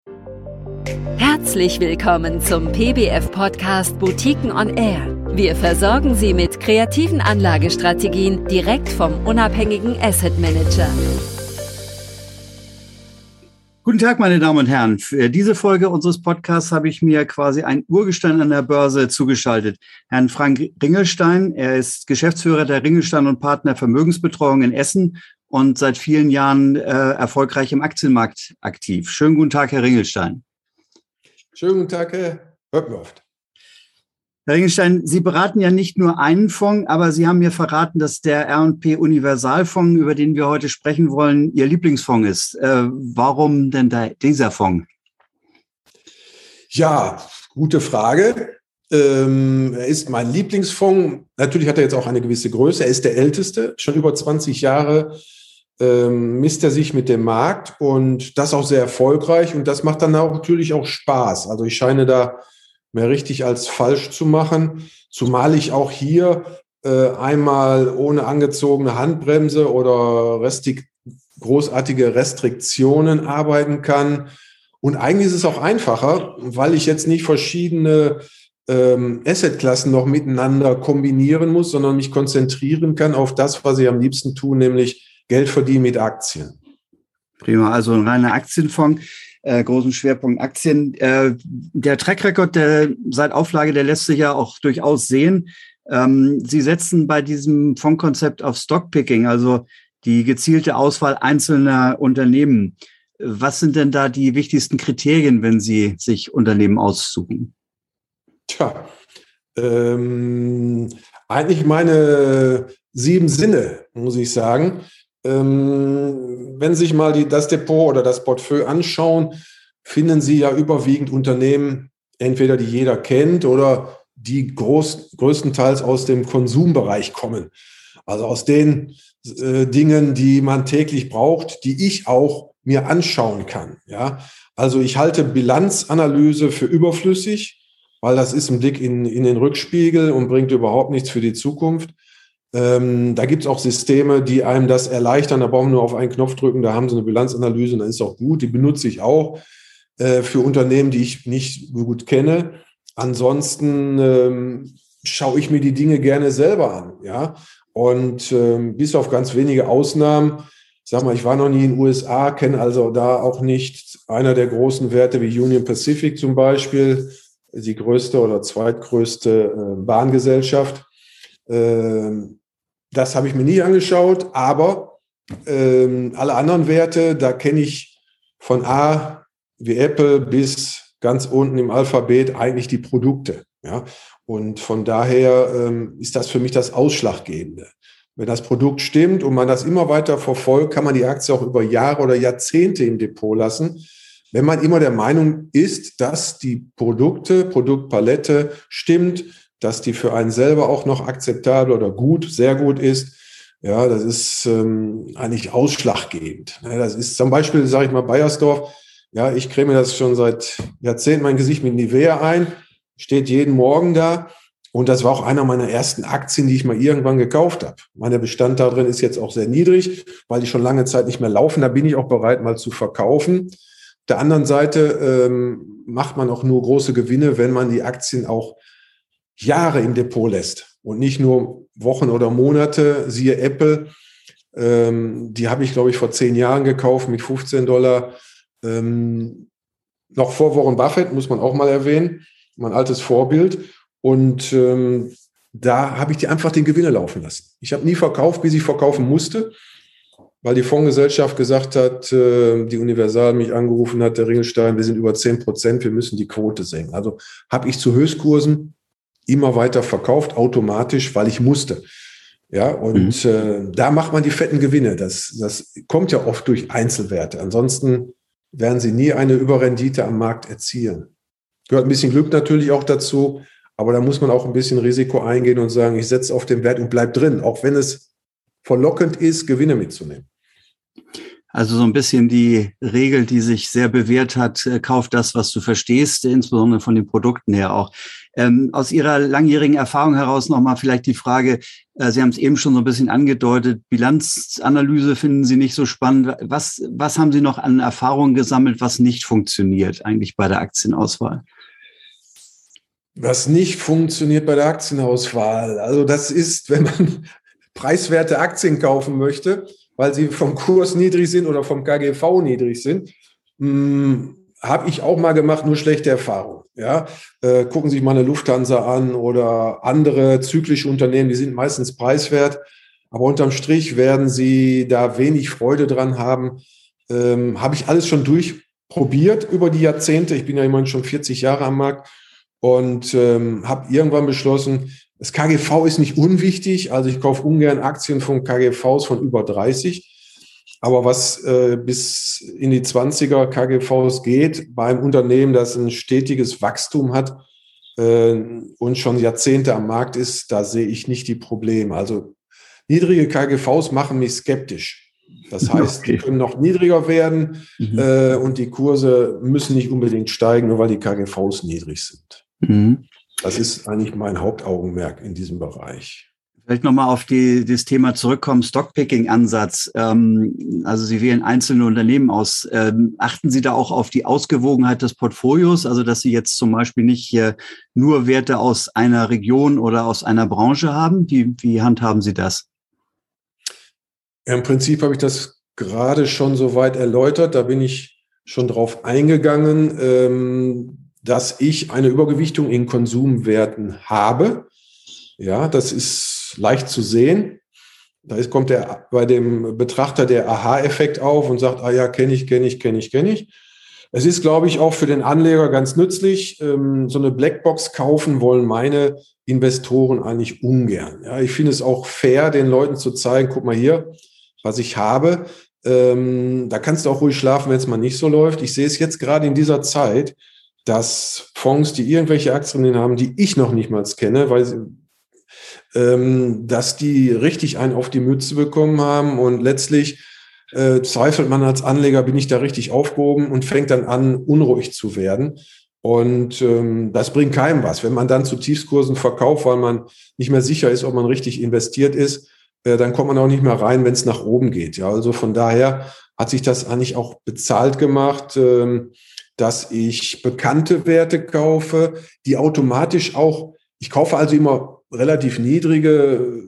Herzlich willkommen zum PBF-Podcast Boutiquen on Air. Wir versorgen Sie mit kreativen Anlagestrategien direkt vom unabhängigen Asset Manager. Guten Tag, meine Damen und Herren. Für diese Folge unseres Podcasts habe ich mir quasi ein Urgestein an der Börse zugeschaltet. Herrn Frank Ringelstein. Er ist Geschäftsführer der Ringelstein & Partner Vermögensbetreuung in Essen und seit vielen Jahren erfolgreich im Aktienmarkt aktiv. Schönen guten Tag, Herr Ringelstein. Schönen guten Tag, Herr Höppnhoft. Herr Ringelstein, Sie beraten ja nicht nur einen Fonds, aber Sie haben mir verraten, dass der R&P Universalfonds, über den wir heute sprechen wollen, Ihr Lieblingsfonds ist. Warum denn dieser Fonds? Ja, gute Frage. Er ist mein Lieblingsfonds. Natürlich hat er jetzt auch eine gewisse Größe. Er ist der älteste. Schon über 20 Jahre misst er sich mit dem Markt und das auch sehr erfolgreich. Und das macht dann auch natürlich auch Spaß. Also ich scheine da mehr richtig als falsch zu machen, zumal ich auch hier einmal ohne angezogene Handbremse oder großartige Restriktionen arbeiten kann. Und eigentlich ist es auch einfacher, weil ich jetzt nicht verschiedene Assetklassen noch miteinander kombinieren muss, sondern mich konzentrieren kann auf das, was ich am liebsten tue, nämlich Geld verdienen mit Aktien. Prima, also ein reiner Aktienfonds. Großen Schwerpunkt Aktien. Der Track Record seit Auflage, der lässt sich ja auch durchaus sehen. Sie setzen bei diesem Fondskonzept auf Stockpicking, also die gezielte Auswahl einzelner Unternehmen. Was sind denn da die wichtigsten Kriterien, wenn Sie sich Unternehmen aussuchen? Tja, eigentlich meine 7 Sinne, muss ich sagen. Wenn Sie sich mal das Depot oder das Portfolio anschauen, finden Sie ja überwiegend Unternehmen, entweder die jeder kennt oder die größtenteils aus dem Konsumbereich kommen. Also aus den Dingen, die man täglich braucht, die ich auch mir anschauen kann. Ja? Also ich halte Bilanzanalyse für überflüssig, weil das ist ein Blick in den Rückspiegel und bringt überhaupt nichts für die Zukunft. Da gibt es auch Systeme, die einem das erleichtern. Da brauchen wir nur auf einen Knopf drücken, da haben sie eine Bilanzanalyse und dann ist auch gut. Die benutze ich auch für Unternehmen, die ich nicht so gut kenne. Ansonsten schaue ich mir die Dinge gerne selber an. Ja? Und bis auf ganz wenige Ausnahmen, ich sag mal, ich war noch nie in den USA, kenne also da auch nicht einer der großen Werte wie Union Pacific zum Beispiel, die größte oder zweitgrößte Bahngesellschaft. Das habe ich mir nie angeschaut, aber alle anderen Werte, da kenne ich von A wie Apple bis ganz unten im Alphabet eigentlich die Produkte. Ja? Und von daher ist das für mich das Ausschlaggebende. Wenn das Produkt stimmt und man das immer weiter verfolgt, kann man die Aktie auch über Jahre oder Jahrzehnte im Depot lassen. Wenn man immer der Meinung ist, dass die Produktpalette stimmt, dass die für einen selber auch noch akzeptabel oder gut, sehr gut ist, ja, das ist eigentlich ausschlaggebend. Ja, das ist zum Beispiel, sage ich mal, Beiersdorf. Ja, ich creme das schon seit Jahrzehnten mein Gesicht mit Nivea ein, steht jeden Morgen da. Und das war auch einer meiner ersten Aktien, die ich mal irgendwann gekauft habe. Mein Bestand da drin ist jetzt auch sehr niedrig, weil die schon lange Zeit nicht mehr laufen. Da bin ich auch bereit, mal zu verkaufen. Auf der anderen Seite macht man auch nur große Gewinne, wenn man die Aktien auch Jahre im Depot lässt und nicht nur Wochen oder Monate, siehe Apple. Die habe ich, glaube ich, vor 10 Jahren gekauft mit $15. Noch vor Warren Buffett, muss man auch mal erwähnen, mein altes Vorbild. Und da habe ich die einfach den Gewinne laufen lassen. Ich habe nie verkauft, bis ich verkaufen musste, weil die Fondsgesellschaft gesagt hat, die Universal mich angerufen hat, der Ringelstein, wir sind über 10%, wir müssen die Quote senken. Also habe ich zu Höchstkursen immer weiter verkauft, automatisch, weil ich musste. Ja, und da macht man die fetten Gewinne. Das kommt ja oft durch Einzelwerte. Ansonsten werden sie nie eine Überrendite am Markt erzielen. Gehört ein bisschen Glück natürlich auch dazu, aber da muss man auch ein bisschen Risiko eingehen und sagen, ich setze auf den Wert und bleib drin, auch wenn es verlockend ist, Gewinne mitzunehmen. Also so ein bisschen die Regel, die sich sehr bewährt hat, kauf das, was du verstehst, insbesondere von den Produkten her auch. Aus Ihrer langjährigen Erfahrung heraus nochmal vielleicht die Frage, Sie haben es eben schon so ein bisschen angedeutet, Bilanzanalyse finden Sie nicht so spannend. Was haben Sie noch an Erfahrungen gesammelt, was nicht funktioniert eigentlich bei der Aktienauswahl? Was nicht funktioniert bei der Aktienauswahl, also das ist, wenn man preiswerte Aktien kaufen möchte, weil sie vom Kurs niedrig sind oder vom KGV niedrig sind, habe ich auch mal gemacht, nur schlechte Erfahrungen. Ja? Gucken Sie sich mal eine Lufthansa an oder andere zyklische Unternehmen, die sind meistens preiswert, aber unterm Strich werden Sie da wenig Freude dran haben. Habe ich alles schon durchprobiert über die Jahrzehnte. Ich bin ja immerhin schon 40 Jahre am Markt und habe irgendwann beschlossen, das KGV ist nicht unwichtig, also ich kaufe ungern Aktien von KGVs von über 30, aber was bis in die 20er KGVs geht, beim Unternehmen, das ein stetiges Wachstum hat und schon Jahrzehnte am Markt ist, da sehe ich nicht die Probleme. Also niedrige KGVs machen mich skeptisch. Das heißt, die können noch niedriger werden und die Kurse müssen nicht unbedingt steigen, nur weil die KGVs niedrig sind. Mhm. Das ist eigentlich mein Hauptaugenmerk in diesem Bereich. Vielleicht nochmal auf das Thema zurückkommen, Stockpicking-Ansatz. Also Sie wählen einzelne Unternehmen aus. Achten Sie da auch auf die Ausgewogenheit des Portfolios? Also dass Sie jetzt zum Beispiel nicht hier nur Werte aus einer Region oder aus einer Branche haben? Wie handhaben Sie das? Ja, im Prinzip habe ich das gerade schon so weit erläutert. Da bin ich schon drauf eingegangen, dass ich eine Übergewichtung in Konsumwerten habe. Ja, das ist leicht zu sehen. Da kommt bei dem Betrachter der Aha-Effekt auf und sagt, ja, kenne ich. Es ist, glaube ich, auch für den Anleger ganz nützlich. So eine Blackbox kaufen wollen meine Investoren eigentlich ungern. Ja, ich finde es auch fair, den Leuten zu zeigen, guck mal hier, was ich habe. Da kannst du auch ruhig schlafen, wenn es mal nicht so läuft. Ich sehe es jetzt gerade in dieser Zeit, dass Fonds, die irgendwelche Aktien haben, die ich noch nicht mal kenne, dass die richtig einen auf die Mütze bekommen haben und letztlich zweifelt man als Anleger, bin ich da richtig aufgehoben und fängt dann an, unruhig zu werden. Und das bringt keinem was. Wenn man dann zu Tiefskursen verkauft, weil man nicht mehr sicher ist, ob man richtig investiert ist, dann kommt man auch nicht mehr rein, wenn es nach oben geht. Ja, also von daher hat sich das eigentlich auch bezahlt gemacht, dass ich bekannte Werte kaufe, die automatisch auch, ich kaufe also immer relativ niedrige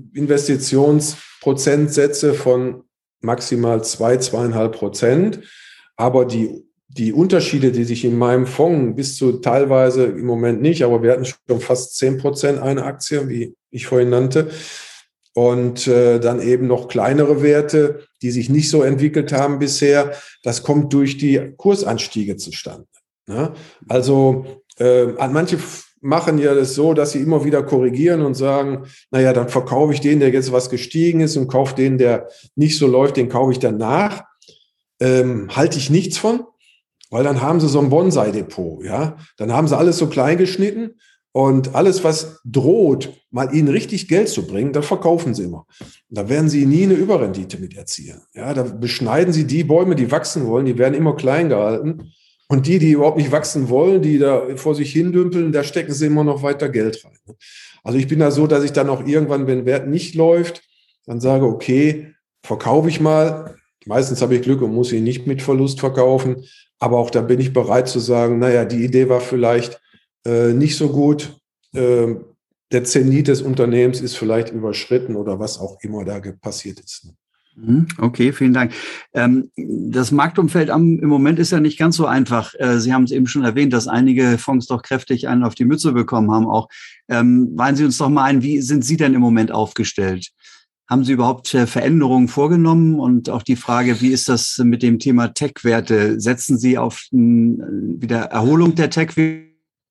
Investitionsprozentsätze von maximal 2,5%. Aber die Unterschiede, die sich in meinem Fonds bis zu teilweise im Moment nicht, aber wir hatten schon fast 10% eine Aktie, wie ich vorhin nannte, und dann eben noch kleinere Werte, die sich nicht so entwickelt haben bisher. Das kommt durch die Kursanstiege zustande. Ja? Also manche machen ja das so, dass sie immer wieder korrigieren und sagen, naja, dann verkaufe ich den, der jetzt was gestiegen ist und kaufe den, der nicht so läuft, den kaufe ich danach. Halte ich nichts von, weil dann haben sie so ein Bonsai-Depot. Ja? Dann haben sie alles so klein geschnitten. Und alles, was droht, mal ihnen richtig Geld zu bringen, da verkaufen sie immer. Da werden sie nie eine Überrendite mit erzielen. Ja, da beschneiden sie die Bäume, die wachsen wollen, die werden immer klein gehalten. Und die überhaupt nicht wachsen wollen, die da vor sich hin dümpeln, da stecken sie immer noch weiter Geld rein. Also ich bin da so, dass ich dann auch irgendwann, wenn Wert nicht läuft, dann sage, okay, verkaufe ich mal. Meistens habe ich Glück und muss ihn nicht mit Verlust verkaufen. Aber auch da bin ich bereit zu sagen, naja, die Idee war vielleicht nicht so gut. Der Zenit des Unternehmens ist vielleicht überschritten oder was auch immer da passiert ist. Okay, vielen Dank. Das Marktumfeld im Moment ist ja nicht ganz so einfach. Sie haben es eben schon erwähnt, dass einige Fonds doch kräftig einen auf die Mütze bekommen haben auch. Weihen Sie uns doch mal ein, wie sind Sie denn im Moment aufgestellt? Haben Sie überhaupt Veränderungen vorgenommen? Und auch die Frage, wie ist das mit dem Thema Tech-Werte? Setzen Sie auf wieder Erholung der Tech-Werte?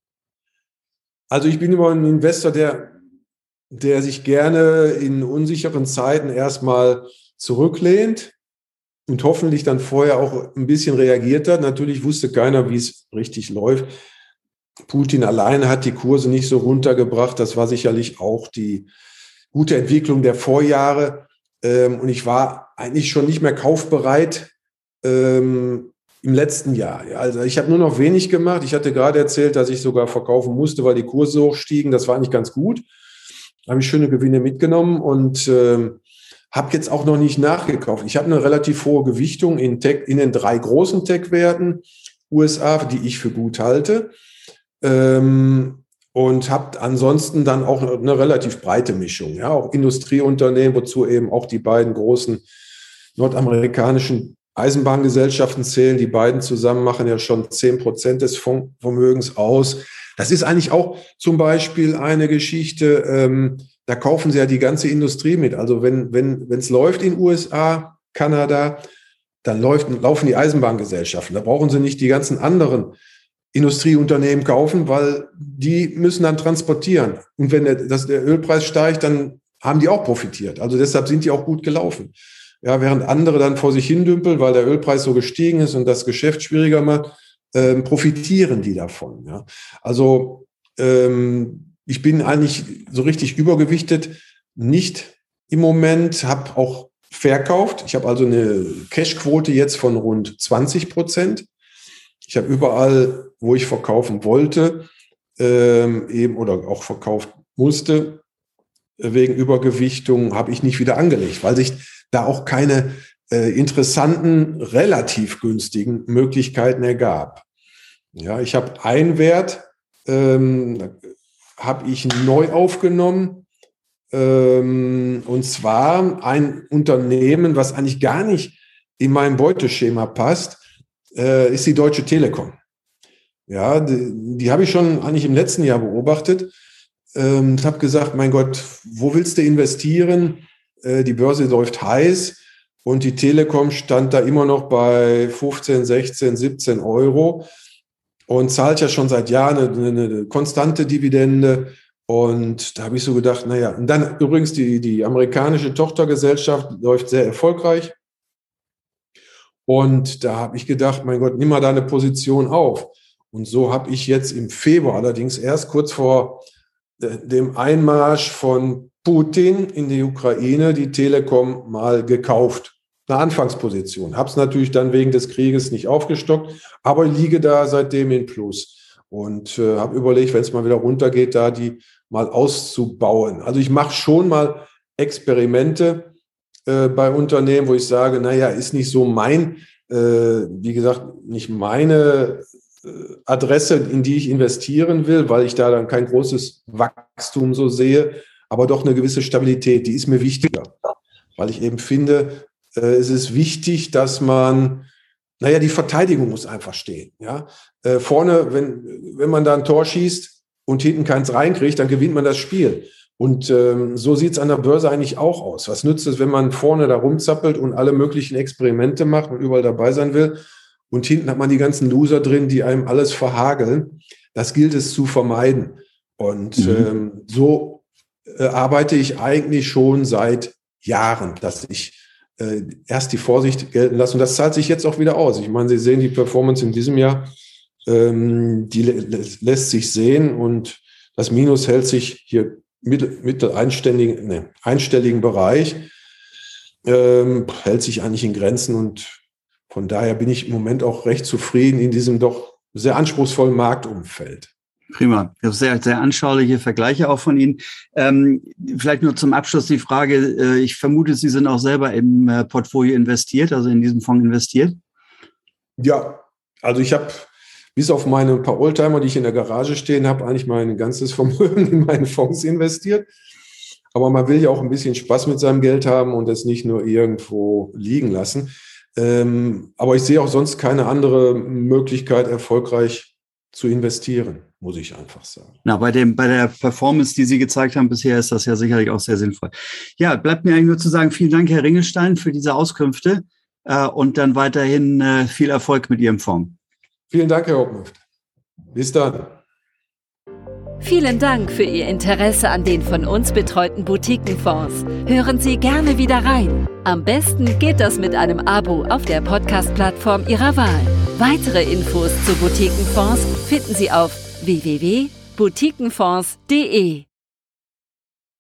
Also ich bin immer ein Investor, der sich gerne in unsicheren Zeiten erstmal zurücklehnt und hoffentlich dann vorher auch ein bisschen reagiert hat. Natürlich wusste keiner, wie es richtig läuft. Putin alleine hat die Kurse nicht so runtergebracht. Das war sicherlich auch die gute Entwicklung der Vorjahre. Und ich war eigentlich schon nicht mehr kaufbereit im letzten Jahr. Ja, also ich habe nur noch wenig gemacht. Ich hatte gerade erzählt, dass ich sogar verkaufen musste, weil die Kurse hochstiegen. Das war eigentlich ganz gut. Da habe ich schöne Gewinne mitgenommen und habe jetzt auch noch nicht nachgekauft. Ich habe eine relativ hohe Gewichtung in den 3 großen Tech-Werten USA, die ich für gut halte. Und habe ansonsten dann auch eine relativ breite Mischung. Ja, auch Industrieunternehmen, wozu eben auch die beiden großen nordamerikanischen Eisenbahngesellschaften zählen. Die beiden zusammen machen ja schon 10% des Fondsvermögens aus. Das ist eigentlich auch zum Beispiel eine Geschichte, da kaufen sie ja die ganze Industrie mit. Also wenn es läuft in USA, Kanada, dann laufen die Eisenbahngesellschaften. Da brauchen sie nicht die ganzen anderen Industrieunternehmen kaufen, weil die müssen dann transportieren. Und wenn der Ölpreis steigt, dann haben die auch profitiert. Also deshalb sind die auch gut gelaufen. Ja, während andere dann vor sich hin dümpeln, weil der Ölpreis so gestiegen ist und das Geschäft schwieriger macht, profitieren die davon. Ja. Also ich bin eigentlich so richtig übergewichtet, nicht im Moment, habe auch verkauft. Ich habe also eine Cashquote jetzt von rund 20%. Ich habe überall, wo ich verkaufen wollte, eben oder auch verkauft musste, wegen Übergewichtung, habe ich nicht wieder angelegt, weil sich da auch keine interessanten, relativ günstigen Möglichkeiten ergab. Ja, ich habe einen Wert, habe ich neu aufgenommen, und zwar ein Unternehmen, was eigentlich gar nicht in mein Beuteschema passt, ist die Deutsche Telekom. Ja, die habe ich schon eigentlich im letzten Jahr beobachtet und habe gesagt, mein Gott, wo willst du investieren? Die Börse läuft heiß und die Telekom stand da immer noch bei 15, 16, 17 Euro und zahlt ja schon seit Jahren eine konstante Dividende. Und da habe ich so gedacht, naja, und dann übrigens die amerikanische Tochtergesellschaft läuft sehr erfolgreich. Und da habe ich gedacht, mein Gott, nimm mal da eine Position auf. Und so habe ich jetzt im Februar, allerdings erst kurz vor dem Einmarsch von Putin in die Ukraine, die Telekom mal gekauft. Eine Anfangsposition. Habe es natürlich dann wegen des Krieges nicht aufgestockt, aber liege da seitdem in Plus. Und habe überlegt, wenn es mal wieder runtergeht, da die mal auszubauen. Also ich mache schon mal Experimente bei Unternehmen, wo ich sage, naja, ist nicht so wie gesagt, nicht meine Adresse, in die ich investieren will, weil ich da dann kein großes Wachstum so sehe, aber doch eine gewisse Stabilität, die ist mir wichtiger. Weil ich eben finde, es ist wichtig, dass man, naja, die Verteidigung muss einfach stehen. Ja? Vorne, wenn man da ein Tor schießt und hinten keins reinkriegt, dann gewinnt man das Spiel. Und so sieht es an der Börse eigentlich auch aus. Was nützt es, wenn man vorne da rumzappelt und alle möglichen Experimente macht und überall dabei sein will und hinten hat man die ganzen Loser drin, die einem alles verhageln. Das gilt es zu vermeiden. Und so arbeite ich eigentlich schon seit Jahren, dass ich erst die Vorsicht gelten lasse. Und das zahlt sich jetzt auch wieder aus. Ich meine, Sie sehen die Performance in diesem Jahr, die lässt sich sehen und das Minus hält sich hier einstelligen Bereich, hält sich eigentlich in Grenzen und von daher bin ich im Moment auch recht zufrieden in diesem doch sehr anspruchsvollen Marktumfeld. Prima. Das sehr, sehr anschauliche Vergleiche auch von Ihnen. Vielleicht nur zum Abschluss die Frage, ich vermute, Sie sind auch selber im Portfolio investiert, also in diesem Fonds investiert? Ja, also ich habe bis auf meine paar Oldtimer, die ich in der Garage stehen habe, eigentlich mein ganzes Vermögen in meine Fonds investiert. Aber man will ja auch ein bisschen Spaß mit seinem Geld haben und es nicht nur irgendwo liegen lassen. Aber ich sehe auch sonst keine andere Möglichkeit, erfolgreich zu investieren, muss ich einfach sagen. Na, bei der Performance, die Sie gezeigt haben bisher, ist das ja sicherlich auch sehr sinnvoll. Ja, bleibt mir eigentlich nur zu sagen, vielen Dank, Herr Ringelstein, für diese Auskünfte und dann weiterhin viel Erfolg mit Ihrem Fonds. Vielen Dank, Herr Obmüft. Bis dann. Vielen Dank für Ihr Interesse an den von uns betreuten Boutiquenfonds. Hören Sie gerne wieder rein. Am besten geht das mit einem Abo auf der Podcast-Plattform Ihrer Wahl. Weitere Infos zu Boutiquenfonds finden Sie auf www.boutiquenfonds.de.